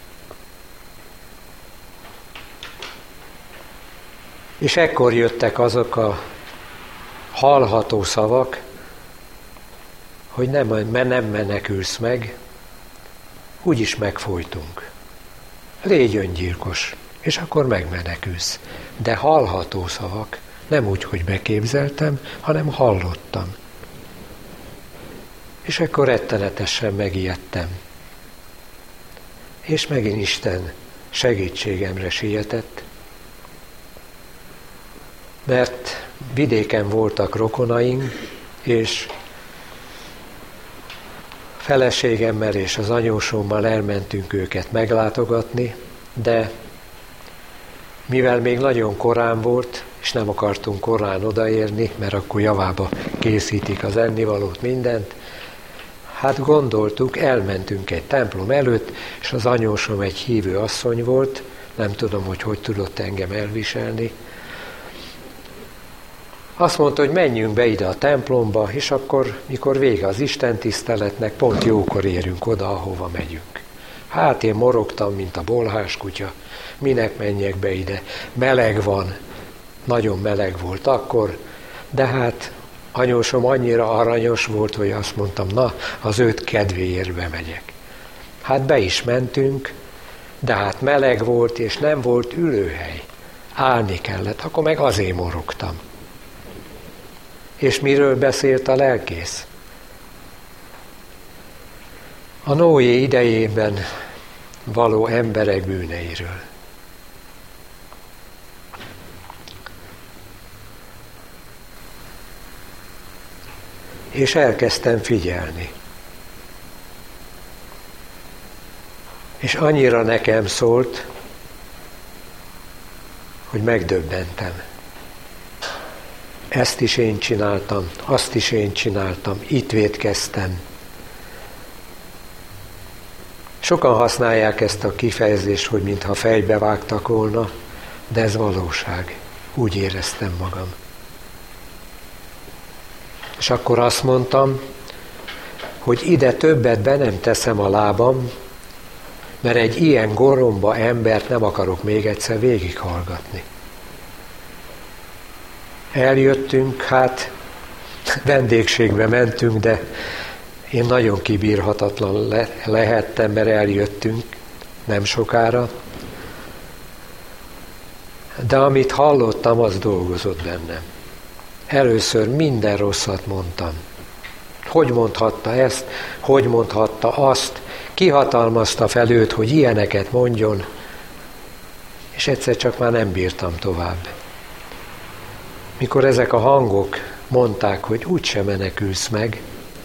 És ekkor jöttek azok a hallható szavak, hogy nem menekülsz meg, úgyis megfojtunk. Légy öngyilkos, és akkor megmenekülsz. De hallható szavak, nem úgy, hogy beképzeltem, hanem hallottam. És akkor rettenetesen megijedtem. És megint Isten segítségemre sietett, mert vidéken voltak rokonaink, és feleségemmel és az anyósommal elmentünk őket meglátogatni, de mivel még nagyon korán volt, és nem akartunk korán odaérni, mert akkor javába készítik az ennivalót, mindent, hát gondoltuk, elmentünk egy templom előtt, és az anyósom egy hívő asszony volt, nem tudom, hogy tudott engem elviselni. Azt mondta, hogy menjünk be ide a templomba, és akkor, mikor vége az istentiszteletnek, pont jókor érünk oda, ahova megyünk. Hát én morogtam, mint a bolhás kutya, minek menjek be ide, meleg van, nagyon meleg volt akkor, de hát anyósom annyira aranyos volt, hogy azt mondtam, na, az őt kedvéért bemegyek. Hát be is mentünk, de hát meleg volt, és nem volt ülőhely. Állni kellett, akkor meg azért morogtam. És miről beszélt a lelkész? A Noé idejében való emberek bűneiről. És elkezdtem figyelni. És annyira nekem szólt, hogy megdöbbentem. Ezt is én csináltam, azt is én csináltam, itt vétkeztem. Sokan használják ezt a kifejezést, hogy mintha fejbe vágtak volna, de ez valóság. Úgy éreztem magam. És akkor azt mondtam, hogy ide többet be nem teszem a lábam, mert egy ilyen goromba embert nem akarok még egyszer végighallgatni. Eljöttünk, hát vendégségbe mentünk, de én nagyon kibírhatatlan lehettem, mert eljöttünk nem sokára. De amit hallottam, az dolgozott bennem. Először minden rosszat mondtam. Hogy mondhatta ezt, hogy mondhatta azt, kihatalmazta fel őt, hogy ilyeneket mondjon, és egyszer csak már nem bírtam tovább. Mikor ezek a hangok mondták, hogy úgysem menekülsz meg,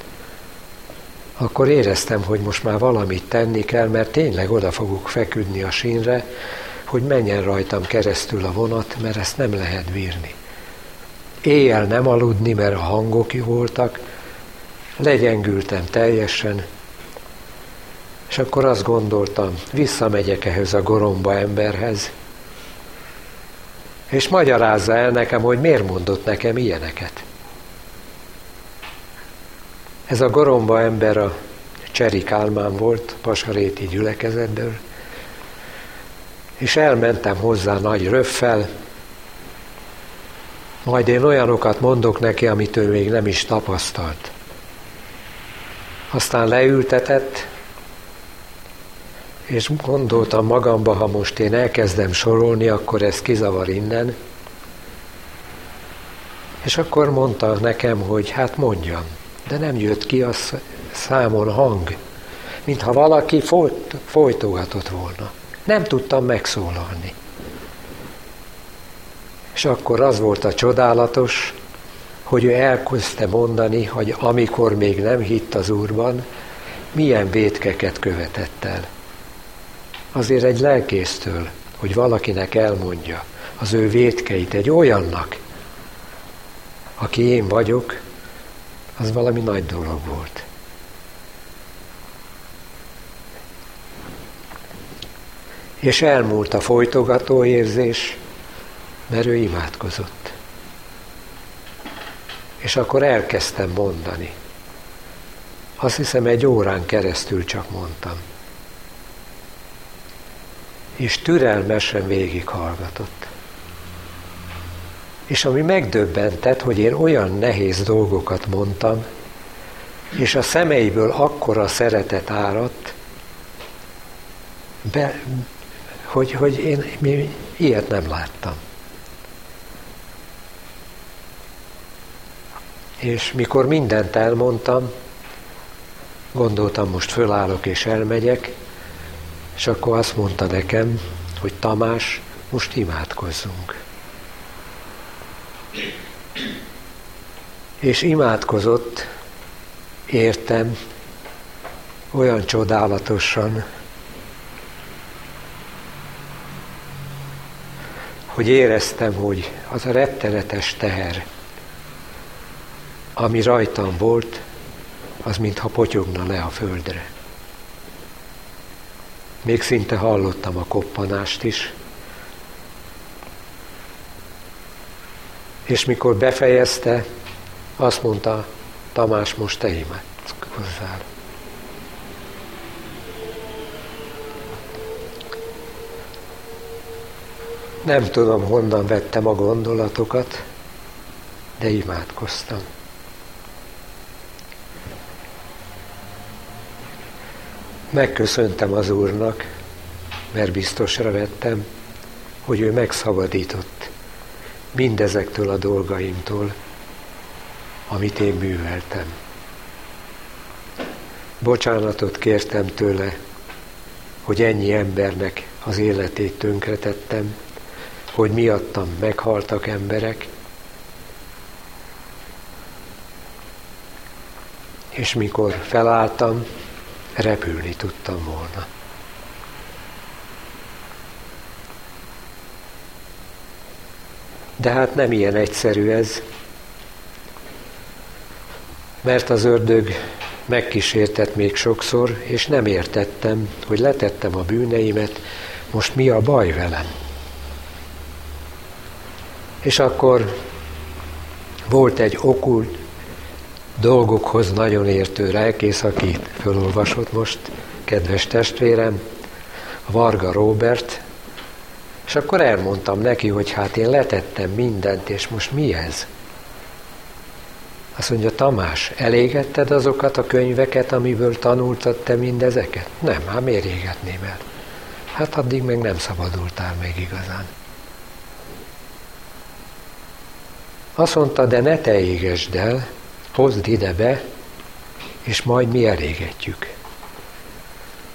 akkor éreztem, hogy most már valamit tenni kell, mert tényleg oda fogok feküdni a sínre, hogy menjen rajtam keresztül a vonat, mert ezt nem lehet bírni. Éjjel nem aludni, mert a hangok voltak, legyengültem teljesen, és akkor azt gondoltam, visszamegyek ehhez a goromba emberhez, és magyarázza el nekem, hogy miért mondott nekem ilyeneket. Ez a goromba ember a Cseri Kálmán volt, Pasaréti gyülekezetből, és elmentem hozzá nagy röffel, majd én olyanokat mondok neki, amit ő még nem is tapasztalt. Aztán leültetett, és gondoltam magamba, ha most én elkezdem sorolni, akkor ez kizavar innen. És akkor mondta nekem, hogy hát mondjam, de nem jött ki a számon hang, mintha valaki folytogatott volna. Nem tudtam megszólalni. És akkor az volt a csodálatos, hogy ő elkezdte mondani, hogy amikor még nem hitt az Úrban, milyen vétkeket követett el. Azért egy lelkésztől, hogy valakinek elmondja az ő vétkeit egy olyannak, aki én vagyok, az valami nagy dolog volt. És elmúlt a folytogató érzés, mert ő imádkozott. És akkor elkezdtem mondani. Azt hiszem, egy órán keresztül csak mondtam. És türelmesen végighallgatott. És ami megdöbbentett, hogy én olyan nehéz dolgokat mondtam, és a szemeiből akkora szeretet áradt, hogy én ilyet nem láttam. És mikor mindent elmondtam, gondoltam, most fölállok és elmegyek, és akkor azt mondta nekem, hogy Tamás, most imádkozzunk. És imádkozott, értem, olyan csodálatosan, hogy éreztem, hogy az a rettenetes teher, ami rajtam volt, az mintha potyogna le a földre. Még szinte hallottam a koppanást is. És mikor befejezte, azt mondta, Tamás, most te imádkozzál. Nem tudom, honnan vettem a gondolatokat, de imádkoztam. Megköszöntem az Úrnak, mert biztosra vettem, hogy ő megszabadított mindezektől a dolgaimtól, amit én műveltem. Bocsánatot kértem tőle, hogy ennyi embernek az életét tönkretettem, hogy miattam meghaltak emberek, és mikor felálltam, repülni tudtam volna. De hát nem ilyen egyszerű ez, mert az ördög megkísértett még sokszor, és nem értettem, hogy letettem a bűneimet, most mi a baj velem. És akkor volt egy okkult dolgokhoz nagyon értő lelkész, aki fölolvasott most, kedves testvérem, a Varga Róbert, és akkor elmondtam neki, hogy hát én letettem mindent, és most mi ez? Azt mondja, Tamás, elégetted azokat a könyveket, amiből tanultad te mindezeket? Nem, hát miért égetném el? Hát addig meg nem szabadultál meg igazán. Azt mondta, de ne te égesd el, hozd ide be, és majd mi elégetjük.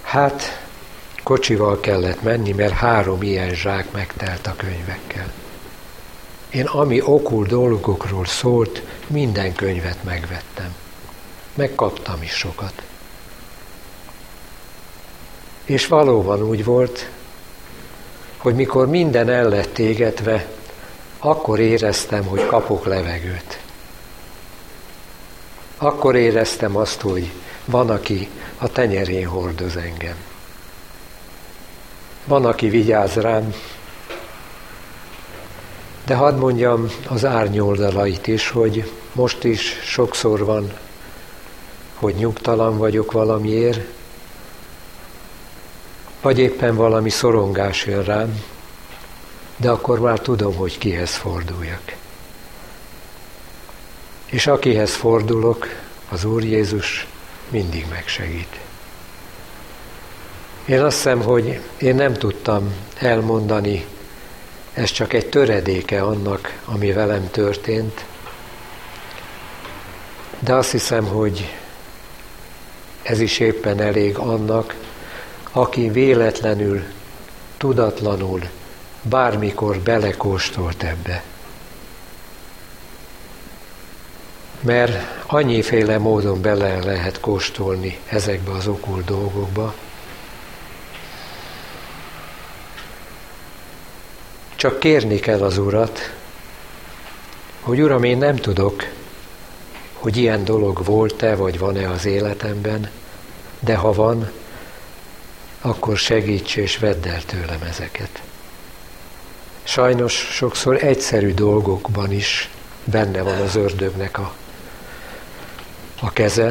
Hát, kocsival kellett menni, mert 3 ilyen zsák megtelt a könyvekkel. Én ami okkult dolgokról szólt, minden könyvet megvettem. Megkaptam is sokat. És valóban úgy volt, hogy mikor minden el lett égetve, akkor éreztem, hogy kapok levegőt. Akkor éreztem azt, hogy van, aki a tenyerén hordoz engem. Van, aki vigyáz rám, de hadd mondjam az árnyoldalait is, hogy most is sokszor van, hogy nyugtalan vagyok valamiért, vagy éppen valami szorongás jön rám, de akkor már tudom, hogy kihez forduljak. És akihez fordulok, az Úr Jézus mindig megsegít. Én azt hiszem, hogy én nem tudtam elmondani, ez csak egy töredéke annak, ami velem történt, de azt hiszem, hogy ez is éppen elég annak, aki véletlenül, tudatlanul, bármikor belekóstolt ebbe. Mert annyiféle módon bele lehet kóstolni ezekbe az okkult dolgokba. Csak kérni kell az Urat, hogy Uram, én nem tudok, hogy ilyen dolog volt-e, vagy van-e az életemben, de ha van, akkor segíts és vedd el tőlem ezeket. Sajnos sokszor egyszerű dolgokban is benne van az ördögnek a keze,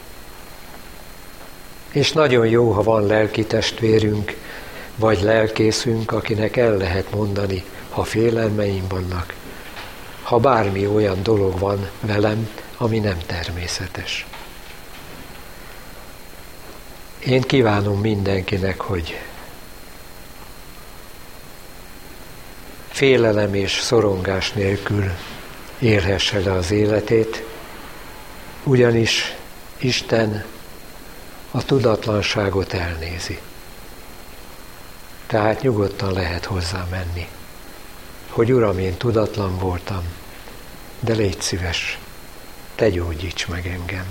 és nagyon jó, ha van lelki testvérünk, vagy lelkészünk, akinek el lehet mondani, ha félelmeim vannak, ha bármi olyan dolog van velem, ami nem természetes. Én kívánom mindenkinek, hogy félelem és szorongás nélkül élhesse le az életét, ugyanis Isten a tudatlanságot elnézi. Tehát nyugodtan lehet hozzá menni, hogy Uram, én tudatlan voltam, de légy szíves, te gyógyíts meg engem.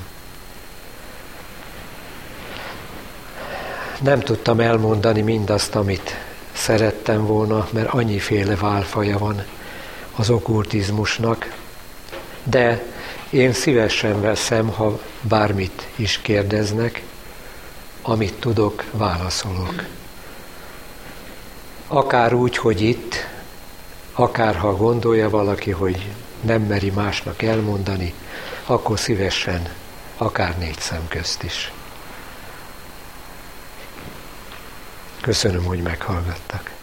Nem tudtam elmondani mindazt, amit szerettem volna, mert annyiféle válfaja van az okkultizmusnak, de én szívesen veszem, ha bármit is kérdeznek, amit tudok, válaszolok. Akár úgy, hogy itt, akár ha gondolja valaki, hogy nem meri másnak elmondani, akkor szívesen, akár 4 szem közt is. Köszönöm, hogy meghallgattak.